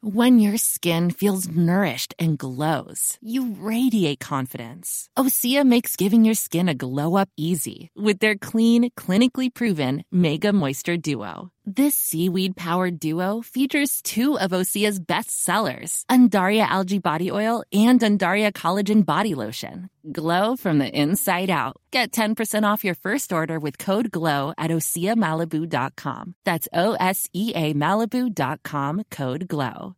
When your skin feels nourished and glows, you radiate confidence. Osea makes giving your skin a glow up easy with their clean, clinically proven Mega Moisture Duo. This seaweed-powered duo features two of Osea's best sellers, Undaria Algae Body Oil and Undaria Collagen Body Lotion. Glow from the inside out. Get 10% off your first order with code GLOW at OseaMalibu.com. That's OSEA Malibu.com, code GLOW.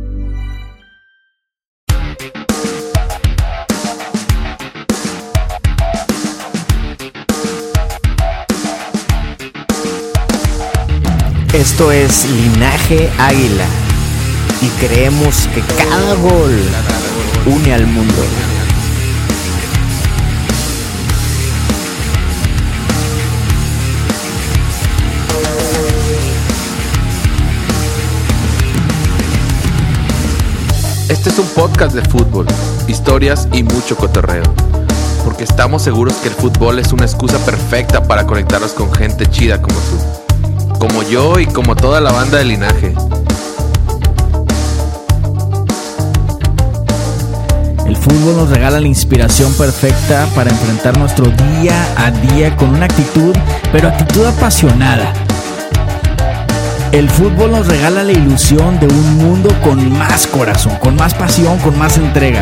Esto es Linaje Águila y creemos que cada gol une al mundo. Este es un podcast de fútbol, historias y mucho cotorreo. Porque estamos seguros que el fútbol es una excusa perfecta para conectarnos con gente chida como tú. Como yo y como toda la banda de Linaje. El fútbol nos regala la inspiración perfecta para enfrentar nuestro día a día con una actitud, pero actitud apasionada. El fútbol nos regala la ilusión de un mundo con más corazón, con más pasión, con más entrega.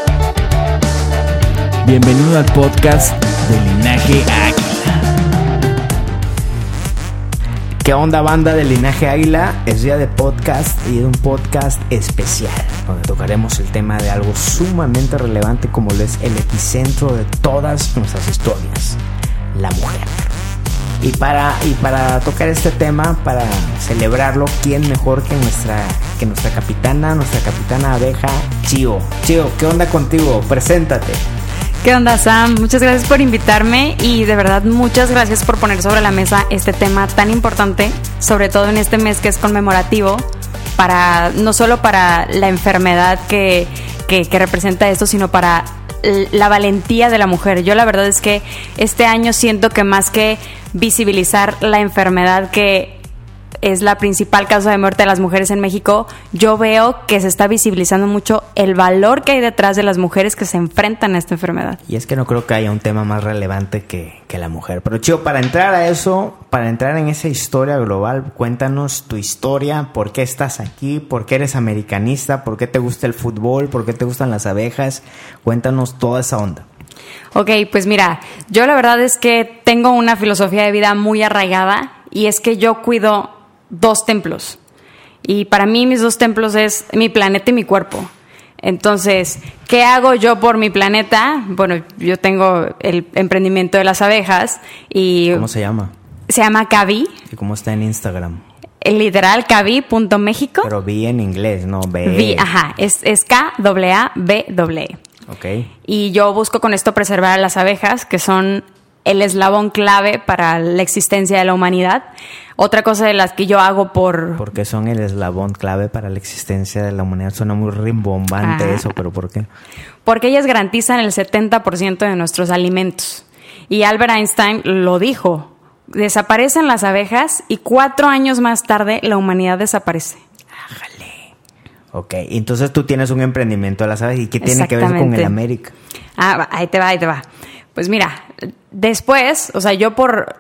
Bienvenido al podcast de Linaje Águila. ¿Qué onda, banda de Linaje Águila? Es día de podcast y de un podcast especial donde tocaremos el tema de algo sumamente relevante como lo es el epicentro de todas nuestras historias, la mujer. Y para tocar este tema, para celebrarlo, ¿quién mejor que nuestra capitana abeja, Chio? Chio, ¿qué onda contigo? Preséntate. ¿Qué onda, Sam? Muchas gracias por invitarme y de verdad muchas gracias por poner sobre la mesa este tema tan importante, sobre todo en este mes que es conmemorativo, no solo para la enfermedad que representa esto, sino para la valentía de la mujer. Yo la verdad es que este año siento que más que visibilizar la enfermedad que es la principal causa de muerte de las mujeres en México, yo veo que se está visibilizando mucho el valor que hay detrás de las mujeres que se enfrentan a esta enfermedad. Y es que no creo que haya un tema más relevante que la mujer. Pero Chio, para entrar a eso, para entrar en esa historia global, cuéntanos tu historia, por qué estás aquí, por qué eres americanista, por qué te gusta el fútbol, por qué te gustan las abejas. Cuéntanos toda esa onda. Ok, pues mira, yo la verdad es que tengo una filosofía de vida muy arraigada y es que yo cuido 2 templos. Y para mí mis 2 templos es mi planeta y mi cuerpo. Entonces, ¿qué hago yo por mi planeta? Bueno, yo tengo el emprendimiento de las abejas y... ¿Cómo se llama? Se llama Cavi. ¿Y cómo está en Instagram? Literal, Cavi.México. Pero vi en inglés, no B. Vi, ajá, es K-A-B-B-E. Ok. Y yo busco con esto preservar a las abejas, que son el eslabón clave para la existencia de la humanidad. Otra cosa de las que yo hago porque son el eslabón clave para la existencia de la humanidad. Suena muy rimbombante eso, pero ¿por qué? Porque ellas garantizan el 70% de nuestros alimentos. Y Albert Einstein lo dijo. Desaparecen las abejas y 4 años más tarde la humanidad desaparece. Ájale. Ok, entonces tú tienes un emprendimiento de las abejas. ¿Y qué tiene que ver con el América? Ahí te va. Pues mira, después, o sea, yo por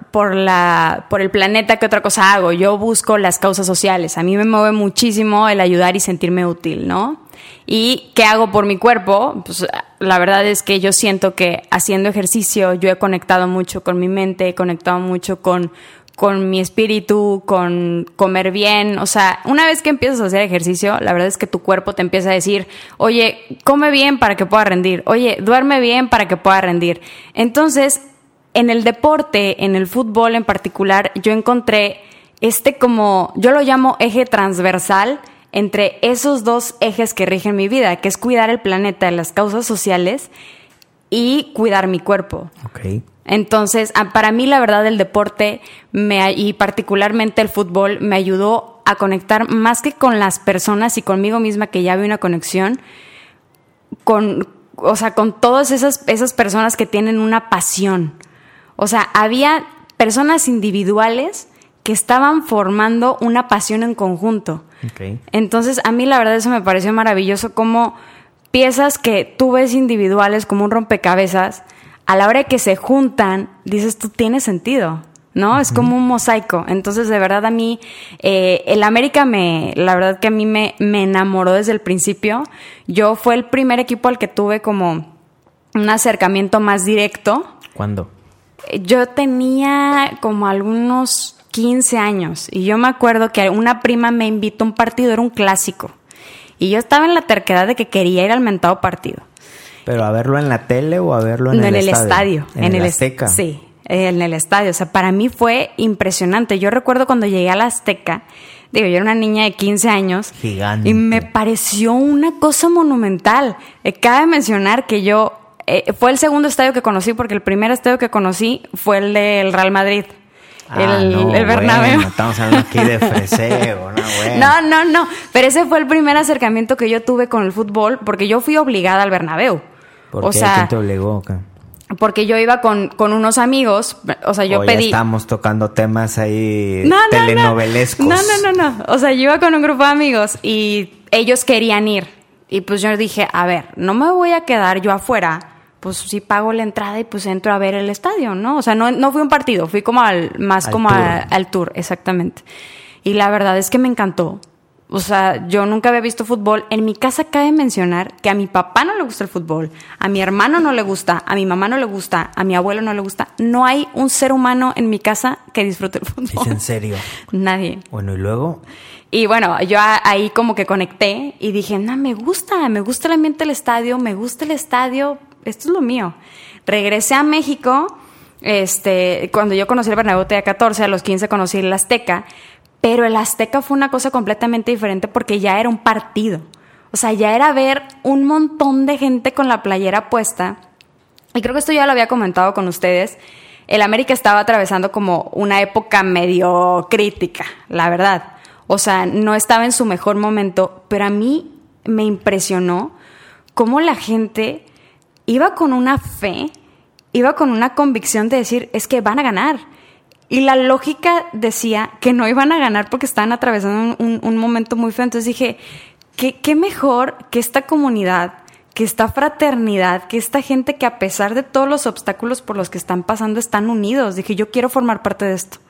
el planeta, ¿qué otra cosa hago? Yo busco las causas sociales. A mí me mueve muchísimo el ayudar y sentirme útil, ¿no? ¿Y qué hago por mi cuerpo? Pues la verdad es que yo siento que haciendo ejercicio yo he conectado mucho con mi mente, he conectado mucho con mi espíritu, con comer bien. O sea, una vez que empiezas a hacer ejercicio, la verdad es que tu cuerpo te empieza a decir, oye, come bien para que pueda rendir. Oye, duerme bien para que pueda rendir. Entonces, en el deporte, en el fútbol en particular, yo encontré como, yo lo llamo eje transversal entre esos 2 ejes que rigen mi vida, que es cuidar el planeta, las causas sociales y cuidar mi cuerpo. Ok. Entonces, para mí la verdad el deporte y particularmente el fútbol me ayudó a conectar más que con las personas y conmigo misma, que ya había una conexión, con todas esas personas que tienen una pasión. O sea, había personas individuales que estaban formando una pasión en conjunto. Okay. Entonces, a mí la verdad eso me pareció maravilloso, como piezas que tú ves individuales como un rompecabezas, a la hora de que se juntan, dices, tú tienes sentido, ¿no? Es como un mosaico. Entonces, de verdad, a mí, el América la verdad que a mí me enamoró desde el principio. Yo fue el primer equipo al que tuve como un acercamiento más directo. ¿Cuándo? Yo tenía como algunos 15 años y yo me acuerdo que una prima me invitó a un partido, era un clásico. Y yo estaba en la terquedad de que quería ir al mentado partido. ¿Pero a verlo en la tele o a verlo en no, el estadio? estadio? ¿En el Azteca? Sí, en el estadio. O sea, para mí fue impresionante. Yo recuerdo cuando llegué a la Azteca, digo, yo era una niña de 15 años. Gigante. Y me pareció una cosa monumental. Cabe mencionar que yo... fue el segundo estadio que conocí, porque el primer estadio que conocí fue el del Real Madrid. El Bernabéu. Bueno, estamos hablando aquí de freseo, ¿no? Bueno. No. Pero ese fue el primer acercamiento que yo tuve con el fútbol, porque yo fui obligada al Bernabéu. ¿Por qué? ¿Quién te obligó? Okay. Porque yo iba con unos amigos, o sea, yo pedí... Ya estamos tocando temas ahí telenovelescos. No. O sea, yo iba con un grupo de amigos y ellos querían ir. Y pues yo dije, a ver, no me voy a quedar yo afuera, pues sí pago la entrada y pues entro a ver el estadio, ¿no? O sea, no fui un partido, fui como al tour, exactamente. Y la verdad es que me encantó. O sea, yo nunca había visto fútbol. En mi casa cabe mencionar que a mi papá no le gusta el fútbol, a mi hermano no le gusta, a mi mamá no le gusta, a mi abuelo no le gusta. No hay un ser humano en mi casa que disfrute el fútbol. ¿Es en serio? Nadie. Bueno, ¿y luego? Y bueno, yo ahí como que conecté y dije, no, me gusta el ambiente del estadio, me gusta el estadio, esto es lo mío. Regresé a México, cuando yo conocí el Bernabéu tenía 14, a los 15 conocí el Azteca, pero el Azteca fue una cosa completamente diferente porque ya era un partido. O sea, ya era ver un montón de gente con la playera puesta. Y creo que esto ya lo había comentado con ustedes. El América estaba atravesando como una época medio crítica, la verdad. O sea, no estaba en su mejor momento, pero a mí me impresionó cómo la gente iba con una fe, iba con una convicción de decir, es que van a ganar. Y la lógica decía que no iban a ganar porque estaban atravesando un momento muy feo. Entonces dije, ¿qué mejor que esta comunidad, que esta fraternidad, que esta gente que a pesar de todos los obstáculos por los que están pasando están unidos? Dije, yo quiero formar parte de esto.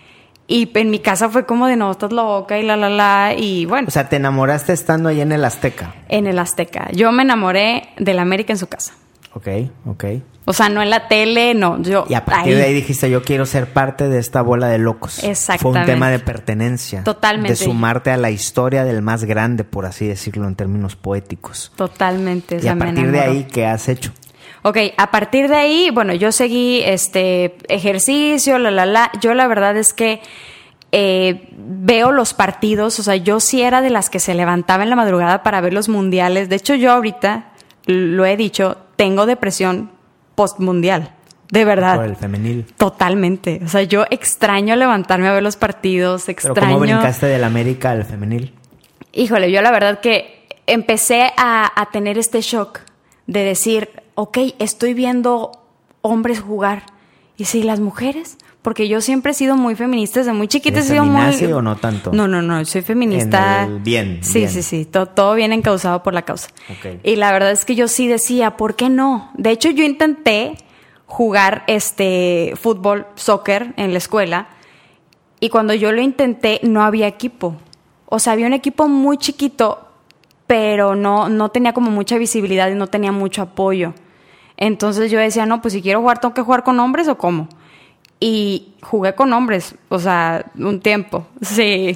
Y en mi casa fue como de, no, estás loca y y bueno. O sea, ¿te enamoraste estando ahí en el Azteca? En el Azteca. Yo me enamoré del América en su casa. Ok. O sea, no en la tele, no. Y a partir de ahí dijiste, yo quiero ser parte de esta bola de locos. Exactamente. Fue un tema de pertenencia. Totalmente. De sumarte a la historia del más grande, por así decirlo, en términos poéticos. Totalmente. Y a partir de ahí, ¿qué has hecho? Ok, a partir de ahí, bueno, yo seguí ejercicio, Yo la verdad es que veo los partidos, o sea, yo sí era de las que se levantaba en la madrugada para ver los mundiales. De hecho, yo ahorita, lo he dicho, tengo depresión postmundial, de verdad. Por el femenil. Totalmente. O sea, yo extraño levantarme a ver los partidos, extraño... ¿Pero cómo brincaste del América al femenil? Híjole, yo la verdad que empecé a tener este shock de decir, ok, estoy viendo hombres jugar. ¿Y si las mujeres? Porque yo siempre he sido muy feminista, desde muy chiquita he sido muy... ¿Feminazi o no tanto? No, soy feminista. Bien. Sí. Todo bien encauzado por la causa. Okay. Y la verdad es que yo sí decía, ¿por qué no? De hecho, yo intenté jugar fútbol, soccer en la escuela, y cuando yo lo intenté no había equipo. O sea, había un equipo muy chiquito, pero no tenía como mucha visibilidad y no tenía mucho apoyo. Entonces yo decía, no, pues si quiero jugar, ¿tengo que jugar con hombres o cómo? Y jugué con hombres, o sea, un tiempo, sí.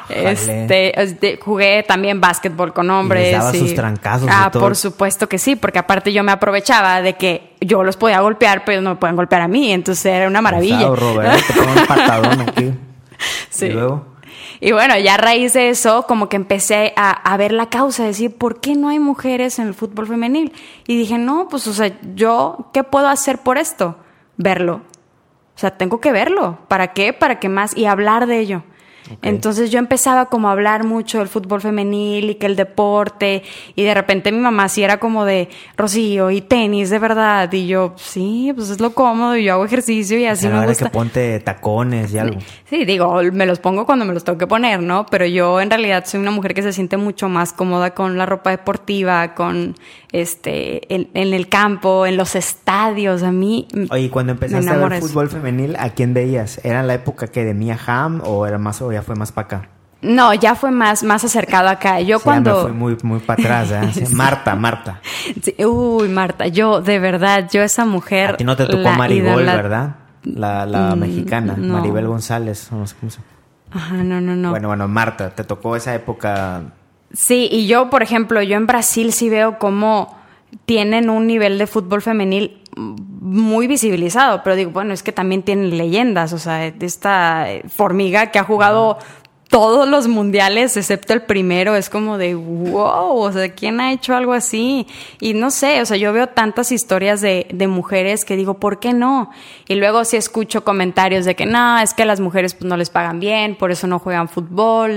Jugué también básquetbol con hombres. ¿Y les daba sus trancazos? Por supuesto que sí, porque aparte yo me aprovechaba de que yo los podía golpear, pero no me pueden golpear a mí, entonces era una maravilla. Roberto, te pongo un patadón aquí. Sí. ¿Y luego? Y bueno, ya a raíz de eso, como que empecé a ver la causa, decir, ¿por qué no hay mujeres en el fútbol femenil? Y dije, no, pues, o sea, ¿yo qué puedo hacer por esto? Verlo. O sea, tengo que verlo. ¿Para qué? ¿Para qué más? Y hablar de ello. Okay. Entonces yo empezaba como a hablar mucho del fútbol femenil y que el deporte, y de repente mi mamá sí era como de, Rocío, ¿y tenis de verdad? Y yo, sí, pues es lo cómodo, y yo hago ejercicio y así a la me hora gusta. que ponte tacones y algo. Sí, digo, me los pongo cuando me los tengo que poner, ¿no? Pero yo en realidad soy una mujer que se siente mucho más cómoda con la ropa deportiva, con en el campo, en los estadios. A mí Oye, cuando empezaste a ver fútbol femenil, ¿a quién veías? ¿Era la época que de Mia Hamm o era más, o ya fue más para acá? No, ya fue más acercado acá. Yo sí, cuando... Ya me fui muy para atrás, ¿eh? Sí. Marta. Sí. Uy, Marta, yo, de verdad, yo esa mujer... A ti no te tocó Maribel, ¿verdad? La mexicana, no. Maribel González, no sé cómo se llama. Ajá, no. Bueno, Marta, ¿te tocó esa época? Sí, y yo, por ejemplo, yo en Brasil sí veo cómo tienen un nivel de fútbol femenil muy visibilizado, pero digo, bueno, es que también tienen leyendas, o sea, esta Formiga que ha jugado todos los mundiales excepto el primero, es como de wow, o sea, ¿quién ha hecho algo así? Y no sé, o sea, yo veo tantas historias de mujeres que digo, ¿por qué no? Y luego sí escucho comentarios de que no, es que a las mujeres pues no les pagan bien, por eso no juegan fútbol,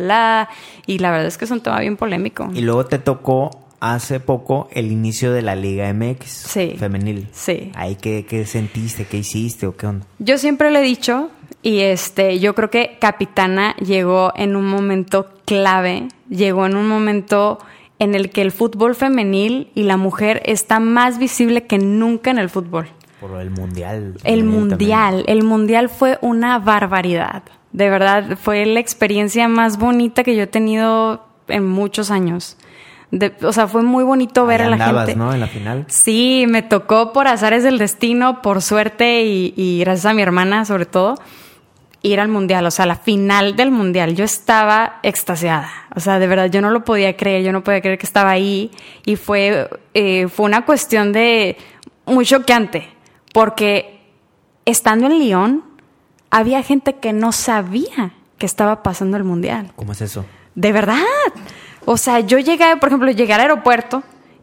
y la verdad es que es un tema bien polémico. Y luego te tocó hace poco el inicio de la Liga MX femenil. Sí. Ahí, ¿qué sentiste? ¿Qué hiciste o qué onda? Yo siempre le he dicho, y yo creo que Capitana llegó en un momento clave, llegó en un momento en el que el fútbol femenil y la mujer está más visible que nunca en el fútbol. Por el mundial. El mundial fue una barbaridad. De verdad, fue la experiencia más bonita que yo he tenido en muchos años. O sea, fue muy bonito ver a la gente. ¿No? En la final. Sí, me tocó por azares del destino, por suerte y gracias a mi hermana sobre todo, ir al mundial, o sea, la final del mundial. Yo estaba extasiada, o sea, de verdad, yo no lo podía creer, yo no podía creer que estaba ahí, y fue una cuestión de muy choqueante, porque estando en Lyon, había gente que no sabía que estaba pasando el mundial. ¿Cómo es eso? De verdad. O sea, yo llegué al aeropuerto,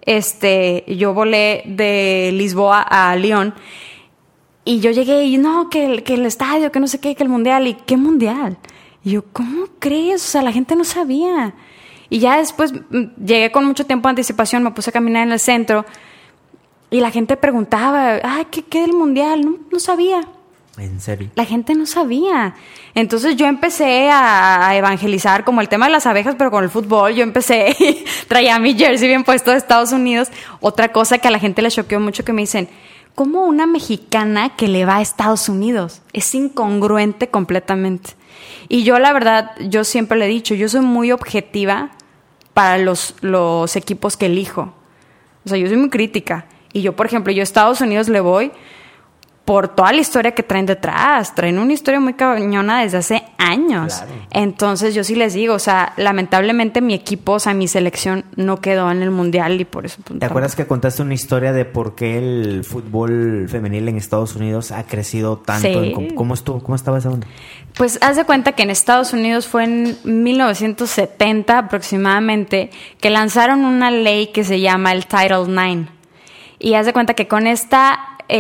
yo volé de Lisboa a Lyon, y yo llegué y no, que el estadio, que no sé qué, que el mundial, y ¿qué mundial? Y yo, ¿cómo crees? O sea, la gente no sabía. Y ya después llegué con mucho tiempo de anticipación, me puse a caminar en el centro, y la gente preguntaba, ¿qué del mundial? No sabía. ¿En serio? La gente no sabía. Entonces yo empecé a evangelizar como el tema de las abejas, pero con el fútbol. Yo empecé, traía mi jersey bien puesto de Estados Unidos. Otra cosa que a la gente le choqueó mucho, que me dicen, ¿cómo una mexicana que le va a Estados Unidos? Es incongruente completamente. Y yo, la verdad, yo siempre le he dicho, yo soy muy objetiva para los equipos que elijo. O sea, yo soy muy crítica. Y yo, por ejemplo, yo a Estados Unidos le voy por toda la historia que traen detrás. Traen una historia muy cañona desde hace años. Claro. Entonces yo sí les digo, o sea, lamentablemente mi equipo, o sea, mi selección no quedó en el mundial, y por eso... ¿Te acuerdas que contaste una historia de por qué el fútbol femenil en Estados Unidos ha crecido tanto? Sí. ¿Cómo estaba esa onda? Pues haz de cuenta que en Estados Unidos fue en 1970 aproximadamente que lanzaron una ley que se llama el Title IX. Y haz de cuenta que con esta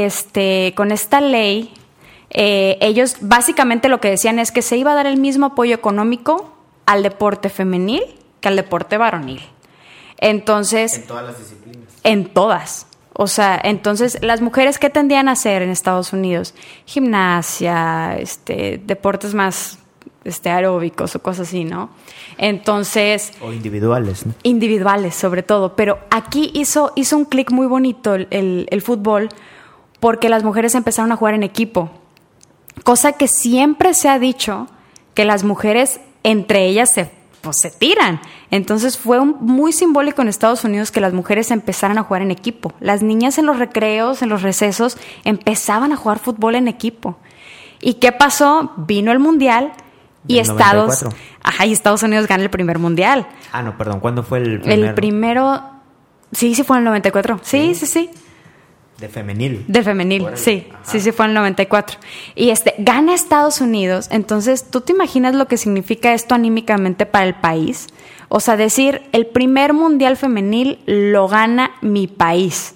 ley, ellos básicamente lo que decían es que se iba a dar el mismo apoyo económico al deporte femenil que al deporte varonil. Entonces... En todas las disciplinas. En todas. O sea, entonces, las mujeres, ¿qué tendían a hacer en Estados Unidos? Gimnasia, deportes más aeróbicos o cosas así, ¿no? Entonces... O individuales, ¿no? Individuales, sobre todo. Pero aquí hizo un clic muy bonito el fútbol, porque las mujeres empezaron a jugar en equipo. Cosa que siempre se ha dicho, que las mujeres entre ellas se tiran. Entonces fue muy simbólico en Estados Unidos que las mujeres empezaran a jugar en equipo. Las niñas en los recreos, en los recesos, empezaban a jugar fútbol en equipo. ¿Y qué pasó? Vino el mundial y Estados Unidos gana el primer mundial. No, perdón, ¿cuándo fue el primero? El primero, sí fue en el 94. Sí. ¿De femenil? Del femenil, Órale. sí fue en el 94. Y gana Estados Unidos. Entonces, ¿tú te imaginas lo que significa esto anímicamente para el país? O sea, decir, el primer mundial femenil lo gana mi país.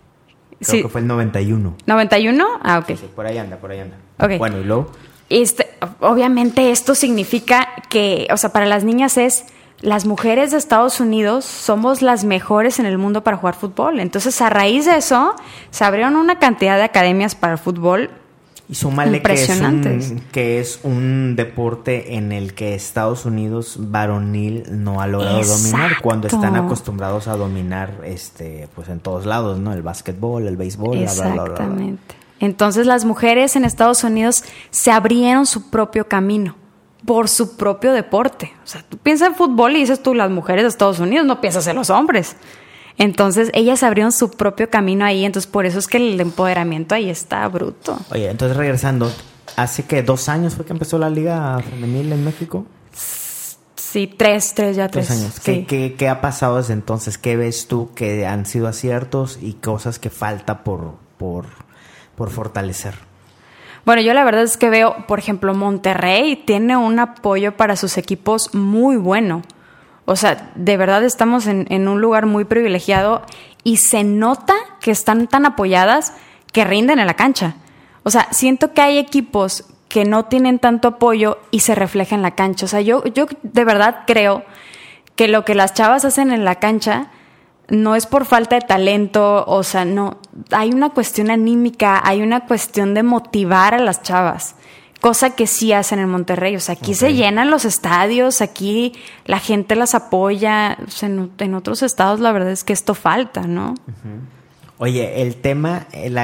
Creo que fue el 91. ¿91? Ah, ok. Sí, por ahí anda. Okay. Bueno, ¿y luego? obviamente esto significa que, o sea, para las niñas las mujeres de Estados Unidos somos las mejores en el mundo para jugar fútbol. Entonces, a raíz de eso, se abrieron una cantidad de academias para el fútbol y súmale impresionantes. Que es un deporte en el que Estados Unidos varonil no ha logrado dominar, cuando están acostumbrados a dominar pues en todos lados, ¿no? El básquetbol, el béisbol, exactamente. Bla, bla, bla. Entonces las mujeres en Estados Unidos se abrieron su propio camino por su propio deporte. O sea, tú piensas en fútbol y dices tú, las mujeres de Estados Unidos, no piensas en los hombres. Entonces ellas abrieron su propio camino ahí, entonces por eso es que el empoderamiento ahí está bruto. Oye, entonces regresando, ¿hace que 2 años fue que empezó la liga femenil en México? Sí, 3 años. Sí. ¿Qué ha pasado desde entonces? ¿Qué ves tú que han sido aciertos y cosas que falta por fortalecer? Bueno, yo la verdad es que veo, por ejemplo, Monterrey tiene un apoyo para sus equipos muy bueno. O sea, de verdad estamos en un lugar muy privilegiado y se nota que están tan apoyadas que rinden en la cancha. O sea, siento que hay equipos que no tienen tanto apoyo y se refleja en la cancha. O sea, yo de verdad creo que lo que las chavas hacen en la cancha no es por falta de talento, o sea, no. Hay una cuestión anímica, hay una cuestión de motivar a las chavas. Cosa que sí hacen en Monterrey. O sea, aquí se llenan los estadios, aquí la gente las apoya. O sea, en otros estados la verdad es que esto falta, ¿no? Oye, el tema, el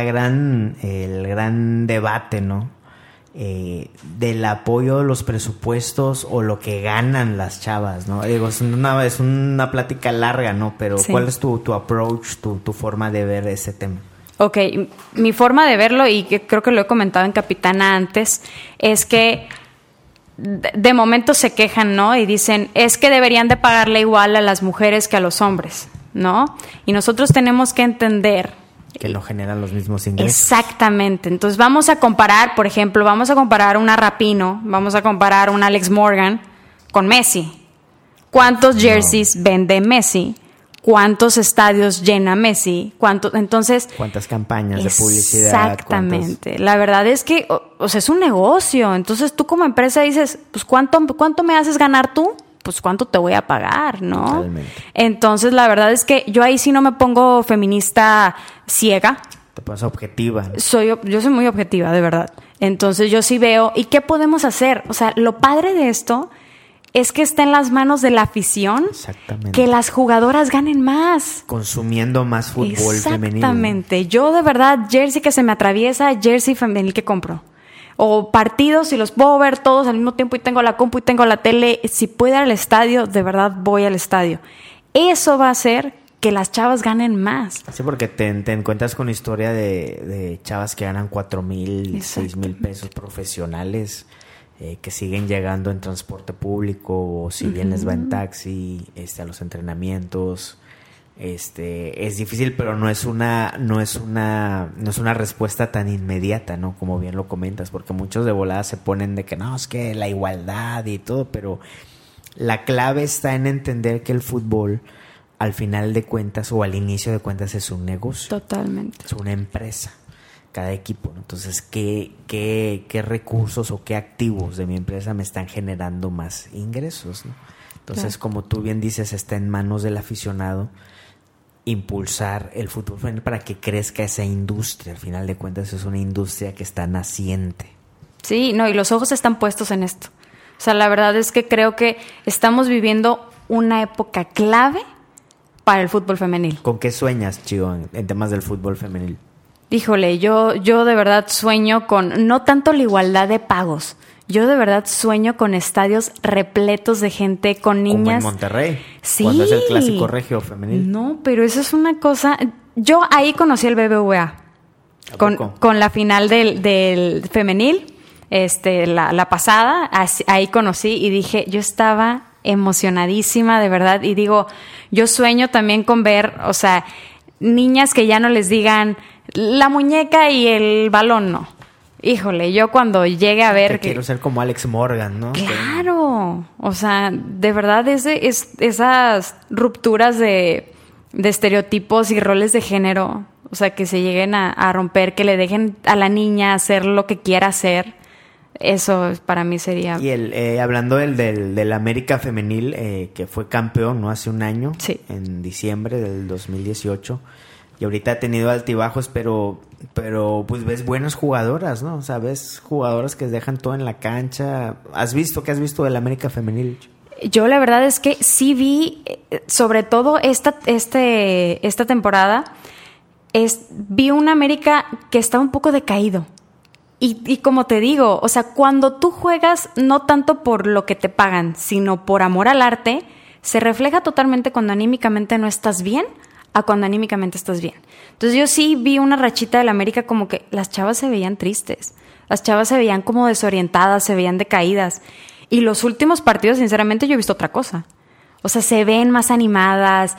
gran debate, ¿no? Del apoyo de los presupuestos o lo que ganan las chavas, ¿no? Digo, es una plática larga, ¿no? Pero sí. ¿Cuál es tu approach, tu forma de ver ese tema? Ok, mi forma de verlo, y que creo que lo he comentado en Capitana antes, es que de momento se quejan, ¿no? Y dicen, es que deberían de pagarle igual a las mujeres que a los hombres, ¿no? Y nosotros tenemos que entender que no generan los mismos ingresos. Exactamente. Entonces vamos a comparar, por ejemplo, una Rapinoe, vamos a comparar una Alex Morgan con Messi. ¿Cuántos jerseys vende Messi? ¿Cuántos estadios llena Messi? ¿Cuántas campañas de publicidad? Exactamente. La verdad es que, o sea, es un negocio. Entonces tú como empresa dices, pues ¿cuánto me haces ganar tú? Pues ¿cuánto te voy a pagar, no? Totalmente. Entonces la verdad es que yo ahí sí no me pongo feminista ciega. Te pones objetiva, ¿no? Yo soy muy objetiva, de verdad. Entonces yo sí veo, ¿y qué podemos hacer? O sea, lo padre de esto es que está en las manos de la afición. Exactamente. Que las jugadoras ganen más. Consumiendo más fútbol femenil. Exactamente. Yo de verdad, jersey que se me atraviesa, jersey femenil que compro. O partidos, si los puedo ver todos al mismo tiempo y tengo la compu y tengo la tele, si puedo ir al estadio, de verdad voy al estadio. Eso va a hacer que las chavas ganen más. Sí, porque te encuentras con historia de chavas que ganan 4,000, 6,000 pesos profesionales, que siguen llegando en transporte público, o si bien les va en taxi, a los entrenamientos. Es difícil, pero no es una respuesta tan inmediata, ¿no? Como bien lo comentas, porque muchos de volada se ponen de que no, es que la igualdad y todo, pero la clave está en entender que el fútbol, al final de cuentas o al inicio de cuentas, es un negocio. Totalmente. Es una empresa, cada equipo, ¿no? Entonces, ¿qué recursos o qué activos de mi empresa me están generando más ingresos, ¿no? Entonces, claro, como tú bien dices, está en manos del aficionado impulsar el fútbol femenil para que crezca esa industria. Al final de cuentas es una industria que está naciente. Sí, no, y los ojos están puestos en esto. O sea, la verdad es que creo que estamos viviendo una época clave para el fútbol femenil. ¿Con qué sueñas, Chío, en temas del fútbol femenil? Híjole, yo de verdad sueño con no tanto la igualdad de pagos. Yo de verdad sueño con estadios repletos de gente, con niñas. Como en Monterrey. Sí. Cuando es el clásico regio femenil. No, pero eso es una cosa. Yo ahí conocí el BBVA. Con la final del femenil, la pasada, ahí conocí y dije, yo estaba emocionadísima, de verdad. Y digo, yo sueño también con ver, o sea, niñas que ya no les digan la muñeca y el balón, no. Híjole, yo cuando llegue a ver... Quiero ser como Alex Morgan, ¿no? Claro, o sea, de verdad esas rupturas de estereotipos y roles de género, o sea, que se lleguen a romper, que le dejen a la niña hacer lo que quiera hacer, Eso para mí sería... Y hablando del América Femenil, que fue campeón, ¿no? Hace un año, sí, en diciembre del 2018, y ahorita ha tenido altibajos, pero pues ves buenas jugadoras, ¿no? O sea, ves jugadoras que dejan todo en la cancha. ¿Qué has visto del América Femenil? Yo la verdad es que sí vi, sobre todo esta temporada, vi un América que estaba un poco decaído. Y como te digo, o sea, cuando tú juegas no tanto por lo que te pagan, sino por amor al arte, se refleja totalmente cuando anímicamente no estás bien a cuando anímicamente estás bien. Entonces yo sí vi una rachita del América como que las chavas se veían tristes, las chavas se veían como desorientadas, se veían decaídas. Y los últimos partidos, sinceramente, yo he visto otra cosa. O sea, se ven más animadas,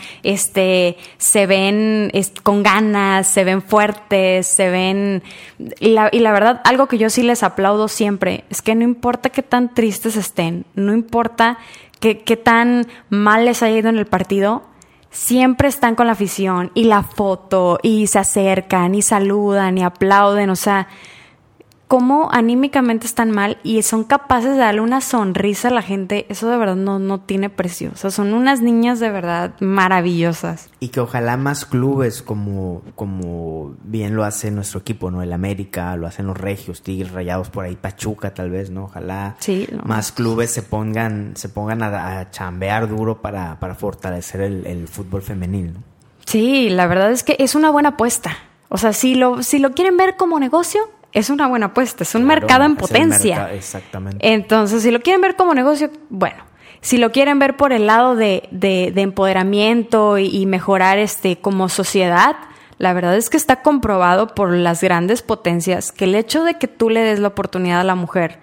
se ven con ganas, se ven fuertes, se ven... Y la verdad, algo que yo sí les aplaudo siempre es que no importa qué tan tristes estén, no importa qué tan mal les haya ido en el partido, siempre están con la afición y la foto y se acercan y saludan y aplauden. O sea, cómo anímicamente están mal y son capaces de darle una sonrisa a la gente, eso de verdad no tiene precio. O sea, son unas niñas de verdad maravillosas. Y que ojalá más clubes como bien lo hace nuestro equipo, ¿no? El América, lo hacen los Regios, Tigres, Rayados, por ahí Pachuca tal vez, ¿no? Ojalá sí, más clubes se pongan a chambear duro para fortalecer el fútbol femenil, ¿no? Sí, la verdad es que es una buena apuesta. O sea, si lo quieren ver como negocio, es una buena apuesta, es un mercado en potencia. Exactamente. Entonces, si lo quieren ver como negocio, bueno. Si lo quieren ver por el lado de empoderamiento y mejorar como sociedad, la verdad es que está comprobado por las grandes potencias que el hecho de que tú le des la oportunidad a la mujer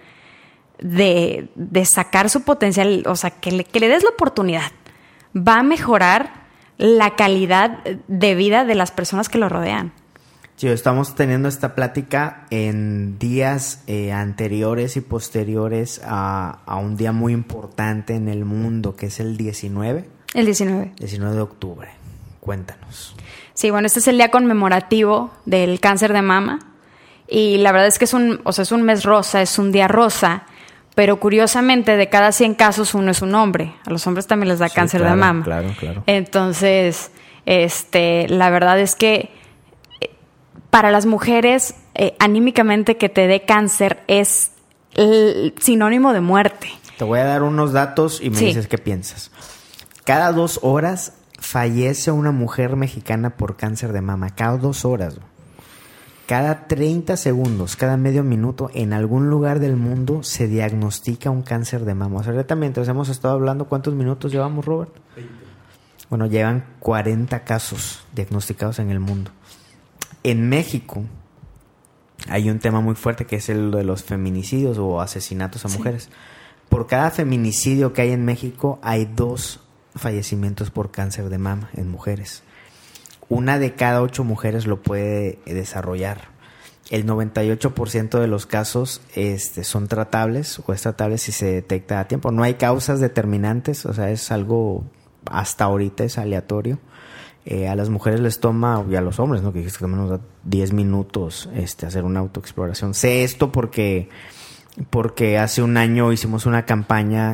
de sacar su potencial, o sea, que le des la oportunidad, va a mejorar la calidad de vida de las personas que lo rodean. Sí, estamos teniendo esta plática en días anteriores y posteriores a un día muy importante en el mundo, que es el 19. El 19. 19 de octubre. Cuéntanos. Sí, bueno, este es el día conmemorativo del cáncer de mama. Y la verdad es que es un mes rosa, es un día rosa. Pero curiosamente, de cada 100 casos, uno es un hombre. A los hombres también les da cáncer de mama. Claro. Entonces, la verdad es que para las mujeres, anímicamente que te dé cáncer es sinónimo de muerte. Te voy a dar unos datos y me dices qué piensas. Cada 2 horas fallece una mujer mexicana por cáncer de mama. Cada 2 horas. Cada 30 segundos, cada medio minuto, en algún lugar del mundo se diagnostica un cáncer de mama. O sea, ahorita mientras hemos estado hablando, ¿cuántos minutos llevamos, Robert? 20. Bueno, llevan 40 casos diagnosticados en el mundo. En México hay un tema muy fuerte que es el de los feminicidios o asesinatos a mujeres. Por cada feminicidio que hay en México hay 2 fallecimientos por cáncer de mama en mujeres. 1 de cada 8 mujeres lo puede desarrollar. El 98% de los casos son tratables o es tratable si se detecta a tiempo. No hay causas determinantes, o sea, es algo hasta ahorita es aleatorio. A las mujeres les toma, y a los hombres, ¿no? Que dijiste que nos da 10 minutos hacer una autoexploración. Sé esto porque hace un año hicimos una campaña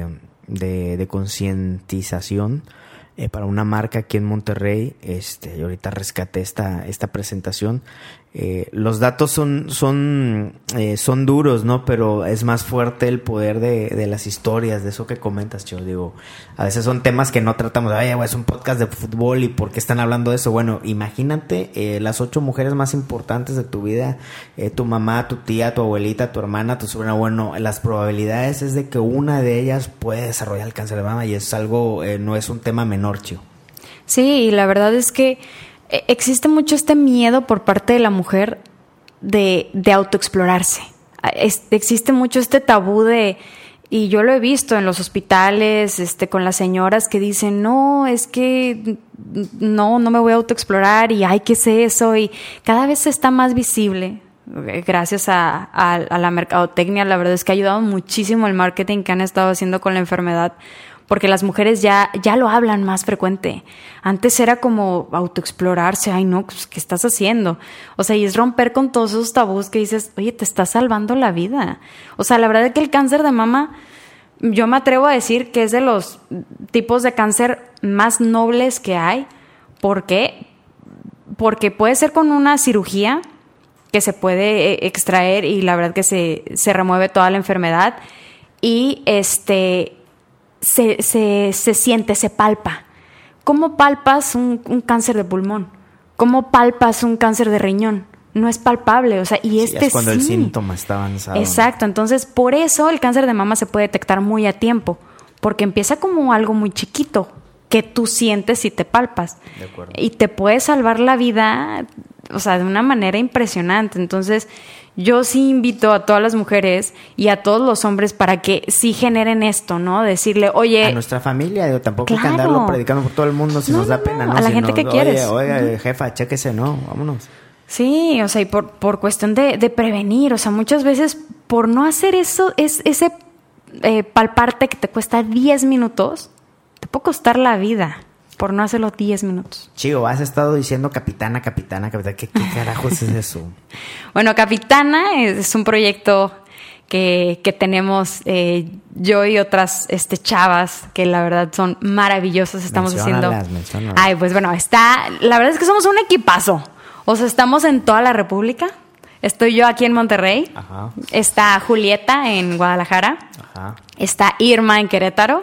de concientización para una marca aquí en Monterrey. Y ahorita rescaté esta presentación. Los datos son duros, ¿no? Pero es más fuerte el poder de las historias, de eso que comentas, Chio. Digo, a veces son temas que no tratamos de, es un podcast de fútbol y ¿por qué están hablando de eso? Bueno, imagínate las 8 mujeres más importantes de tu vida, tu mamá, tu tía, tu abuelita, tu hermana, tu sobrina. Bueno, las probabilidades es de que una de ellas puede desarrollar el cáncer de mama y es algo, no es un tema menor, Chio. Sí, y la verdad es que existe mucho este miedo por parte de la mujer de autoexplorarse. Existe mucho este tabú y yo lo he visto en los hospitales, con las señoras que dicen, no, es que no me voy a autoexplorar y ay, ¿qué es eso? Y cada vez está más visible. Gracias a la mercadotecnia, la verdad es que ha ayudado muchísimo el marketing que han estado haciendo con la enfermedad, porque las mujeres ya lo hablan más frecuente. Antes era como autoexplorarse, ay no, pues, ¿qué estás haciendo? O sea, y es romper con todos esos tabús que dices, oye, te estás salvando la vida. O sea, la verdad es que el cáncer de mama, yo me atrevo a decir que es de los tipos de cáncer más nobles que hay. ¿Por qué? Porque puede ser con una cirugía que se puede extraer y la verdad que se remueve toda la enfermedad y se siente, se palpa. ¿Cómo palpas un cáncer de pulmón? ¿Cómo palpas un cáncer de riñón? No es palpable, o sea, y sí, es cuando el síntoma está avanzado. Exacto, entonces por eso el cáncer de mama se puede detectar muy a tiempo, porque empieza como algo muy chiquito que tú sientes y te palpas. De acuerdo. Y te puede salvar la vida, o sea, de una manera impresionante. Entonces, yo sí invito a todas las mujeres y a todos los hombres para que sí generen esto, ¿no? Decirle, oye... A nuestra familia, digo, tampoco claro. hay que andarlo predicando por todo el mundo si nos da pena, ¿no? A la si gente que quieres. Oye, jefa, chéquese, ¿no? Vámonos. Sí, o sea, y por cuestión de prevenir, o sea, muchas veces por no hacer eso, ese palparte que te cuesta 10 minutos, te puede costar la vida por no hacerlo 10 minutos. Chico, has estado diciendo capitana. ¿Qué carajos es eso? Bueno, Capitana es un proyecto que tenemos yo y otras chavas que la verdad son maravillosas. Estamos Menciónalas. Ay, pues bueno, la verdad es que somos un equipazo. O sea, estamos en toda la República. Estoy yo aquí en Monterrey. Ajá. Está Julieta en Guadalajara. Ajá. Está Irma en Querétaro.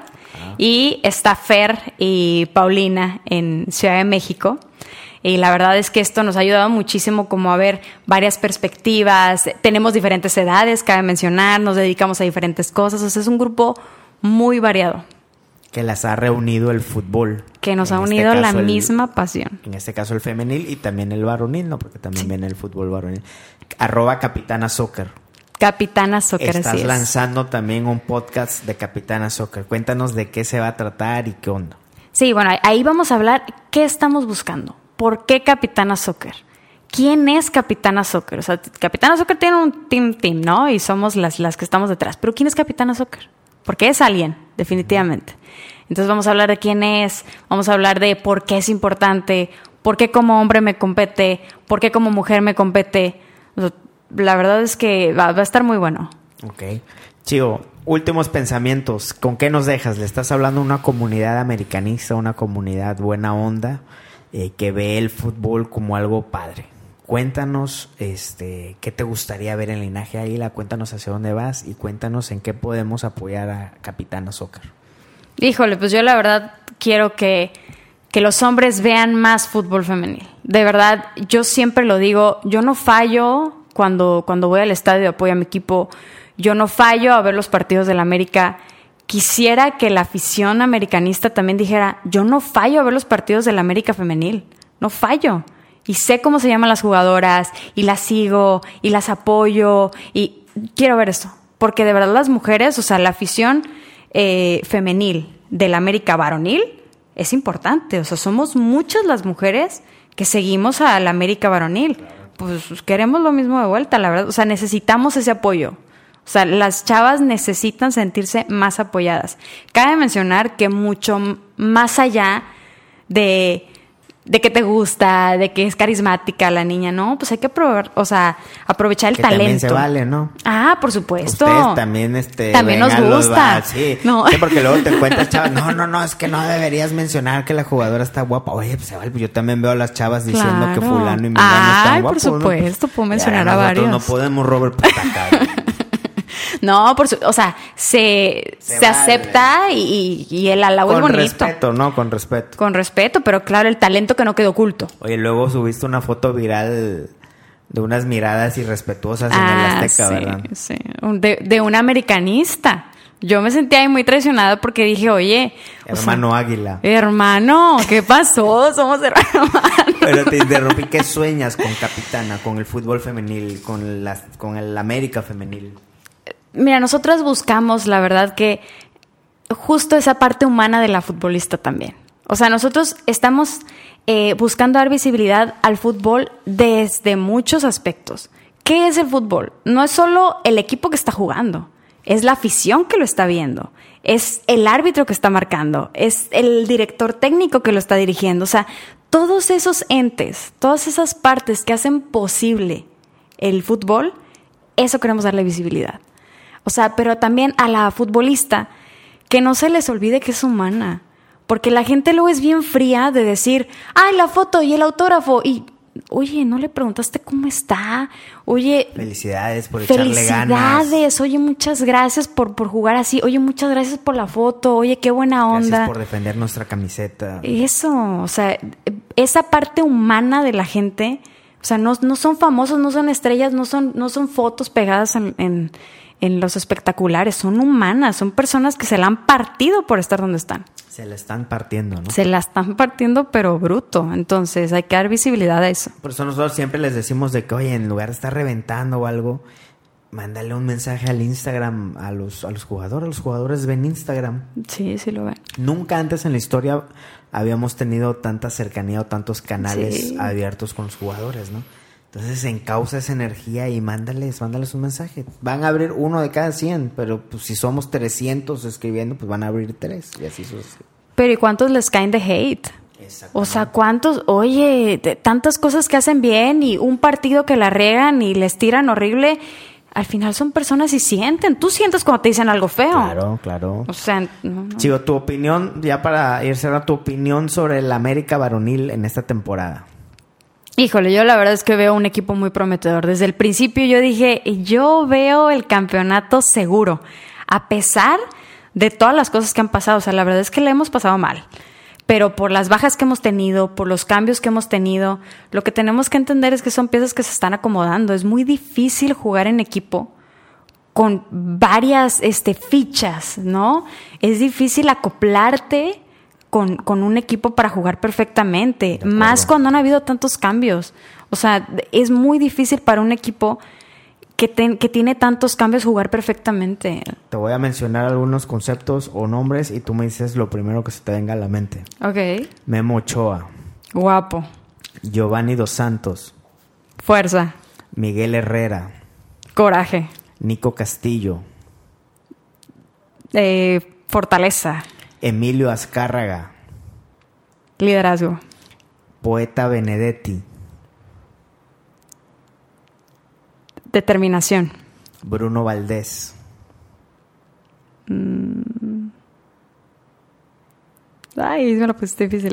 Y está Fer y Paulina en Ciudad de México. Y la verdad es que esto nos ha ayudado muchísimo como a ver varias perspectivas. Tenemos diferentes edades, cabe mencionar. Nos dedicamos a diferentes cosas. O sea, es un grupo muy variado. Que las ha reunido el fútbol. Que nos ha unido la misma pasión. En este caso el femenil y también el varonil, ¿no? Porque también viene el fútbol varonil. @Capitana Soccer. Capitana Soccer, Estás así es. lanzando también un podcast de Capitana Soccer. Cuéntanos de qué se va a tratar y qué onda. Sí, bueno, ahí vamos a hablar qué estamos buscando. ¿Por qué Capitana Soccer? ¿Quién es Capitana Soccer? O sea, Capitana Soccer tiene un team, ¿no? Y somos las que estamos detrás. Pero ¿quién es Capitana Soccer? Porque es alguien, definitivamente. Entonces vamos a hablar de quién es, vamos a hablar de por qué es importante, por qué como hombre me compete, por qué como mujer me compete. O sea, la verdad es que va a estar muy bueno. Ok. Chivo, últimos pensamientos. ¿Con qué nos dejas? Le estás hablando a una comunidad americanista, una comunidad buena onda, que ve el fútbol como algo padre. Cuéntanos qué te gustaría ver en Linaje Águila, cuéntanos hacia dónde vas y cuéntanos en qué podemos apoyar a Capitana Soccer. Híjole, pues yo la verdad quiero que los hombres vean más fútbol femenil. De verdad, yo siempre lo digo, yo no fallo cuando voy al estadio y apoyo a mi equipo, yo no fallo a ver los partidos del América. Quisiera que la afición americanista también dijera, yo no fallo a ver los partidos del América femenil, no fallo. Y sé cómo se llaman las jugadoras, y las sigo, y las apoyo, y quiero ver eso. Porque de verdad las mujeres, o sea, la afición femenil del América varonil es importante. O sea, somos muchas las mujeres que seguimos al América varonil. Pues queremos lo mismo de vuelta, la verdad. O sea, necesitamos ese apoyo. O sea, las chavas necesitan sentirse más apoyadas. Cabe mencionar que mucho más allá de que te gusta, de que es carismática la niña, ¿no? Pues hay que aprovechar el talento. También se vale, ¿no? Ah, por supuesto. Ustedes también, también nos gusta. Sí. No. Sí, porque luego te encuentras chavas, no, es que no deberías mencionar que la jugadora está guapa. Oye, pues se vale, yo también veo a las chavas diciendo que fulano y mengano están guapos. Por supuesto, ¿no? Puedo mencionar a varios. No podemos, Robert, pues, No, se acepta y el halago es bonito. Con respeto, ¿no? Con respeto. Con respeto, pero claro, el talento que no quedó oculto. Oye, luego subiste una foto viral de unas miradas irrespetuosas en el Azteca, sí, ¿verdad? Sí, de una americanista. Yo me sentía ahí muy traicionada porque dije, oye... Hermano Águila. Hermano, ¿qué pasó? Somos hermanos. Pero te interrumpí. ¿Qué sueñas con Capitana, con el fútbol femenil, con el América femenil? Mira, nosotras buscamos, la verdad, que justo esa parte humana de la futbolista también. O sea, nosotros estamos buscando dar visibilidad al fútbol desde muchos aspectos. ¿Qué es el fútbol? No es solo el equipo que está jugando, es la afición que lo está viendo, es el árbitro que está marcando, es el director técnico que lo está dirigiendo. O sea, todos esos entes, todas esas partes que hacen posible el fútbol, eso queremos darle visibilidad. O sea, pero también a la futbolista, que no se les olvide que es humana. Porque la gente luego es bien fría de decir, ¡ay, la foto y el autógrafo! Y, oye, ¿no le preguntaste cómo está? Oye... Felicidades por echarle ganas. Felicidades. Oye, muchas gracias por jugar así. Oye, muchas gracias por la foto. Oye, qué buena onda. Gracias por defender nuestra camiseta. Eso, o sea, esa parte humana de la gente... O sea, no son famosos, no son estrellas, no son fotos pegadas en los espectaculares. Son humanas, son personas que se la han partido por estar donde están. Se la están partiendo, ¿no? Se la están partiendo, pero bruto. Entonces, hay que dar visibilidad a eso. Por eso nosotros siempre les decimos de que, oye, en lugar de estar reventando o algo, mándale un mensaje al Instagram a los jugadores. Los jugadores ven Instagram. Sí, sí lo ven. Nunca antes en la historia habíamos tenido tanta cercanía o tantos canales abiertos con los jugadores, ¿no? Entonces encausa esa energía y mándales un mensaje. Van a abrir uno de cada 100, pero pues, si somos 300 escribiendo, pues van a abrir 3 y así sucesivamente. Pero ¿y cuántos les caen de hate? O sea, ¿cuántos? Oye, tantas cosas que hacen bien y un partido que la riegan y les tiran horrible. Al final son personas y sienten. Tú sientes cuando te dicen algo feo. Claro. O sea, no. Chico, tu opinión, ya para ir cerrando, tu opinión sobre el América varonil en esta temporada. Híjole, yo la verdad es que veo un equipo muy prometedor. Desde el principio yo dije, yo veo el campeonato seguro. A pesar de todas las cosas que han pasado. O sea, la verdad es que la hemos pasado mal. Pero por las bajas que hemos tenido, por los cambios que hemos tenido, lo que tenemos que entender es que son piezas que se están acomodando. Es muy difícil jugar en equipo con varias fichas, ¿no? Es difícil acoplarte con un equipo para jugar perfectamente. Más cuando han habido tantos cambios. O sea, es muy difícil para un equipo que tiene tantos cambios jugar perfectamente. Te voy a mencionar algunos conceptos o nombres y tú me dices lo primero que se te venga a la mente. Ok. Memo Ochoa. Guapo. Giovanni Dos Santos. Fuerza. Miguel Herrera. Coraje. Nico Castillo. Fortaleza. Emilio Azcárraga. Liderazgo. Poeta Benedetti. Determinación. Bruno Valdés. Ay, me lo pusiste difícil.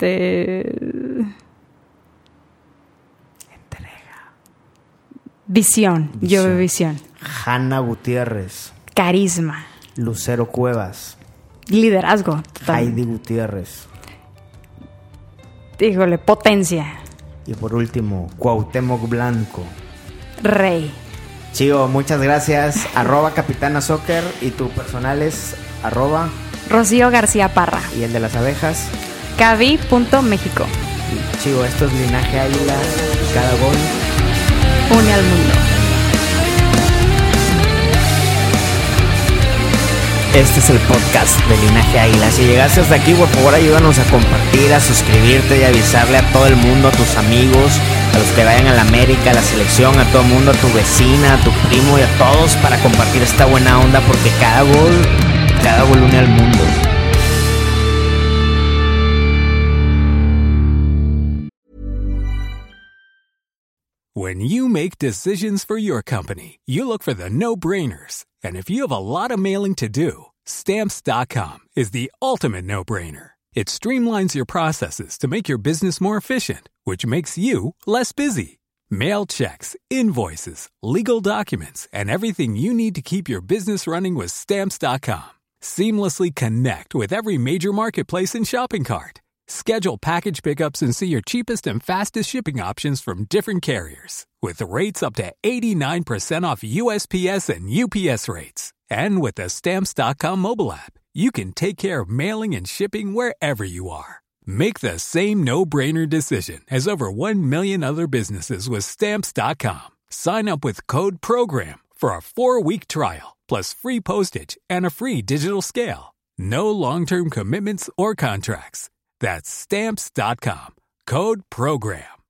Entrega. Visión. Yo veo visión. Hanna Gutiérrez. Carisma. Lucero Cuevas. Liderazgo. Heidi Gutiérrez. Híjole, potencia. Y por último, Cuauhtémoc Blanco. Rey. Chivo, muchas gracias. @Capitana Soccer y tu personal es Rocío García Parra. Y el de las abejas Cavi.México. Chivo, esto es Linaje Águila. Cada gol une al mundo. Este es el podcast de Linaje Águila. Si llegaste hasta aquí, por favor ayúdanos a compartir, a suscribirte y avisarle a todo el mundo, a tus amigos, a los que vayan a la América, a la selección, a todo el mundo, a tu vecina, a tu primo y a todos para compartir esta buena onda, porque cada gol une al mundo. When you make decisions for your company, you look for the no-brainers. And if you have a lot of mailing to do, Stamps.com is the ultimate no-brainer. It streamlines your processes to make your business more efficient, which makes you less busy. Mail checks, invoices, legal documents, and everything you need to keep your business running with Stamps.com. Seamlessly connect with every major marketplace and shopping cart. Schedule package pickups and see your cheapest and fastest shipping options from different carriers, with rates up to 89% off USPS and UPS rates. And with the Stamps.com mobile app, you can take care of mailing and shipping wherever you are. Make the same no-brainer decision as over 1 million other businesses with Stamps.com. Sign up with code PROGRAM for a 4-week trial, plus free postage and a free digital scale. No long-term commitments or contracts. That's Stamps.com. Code PROGRAM.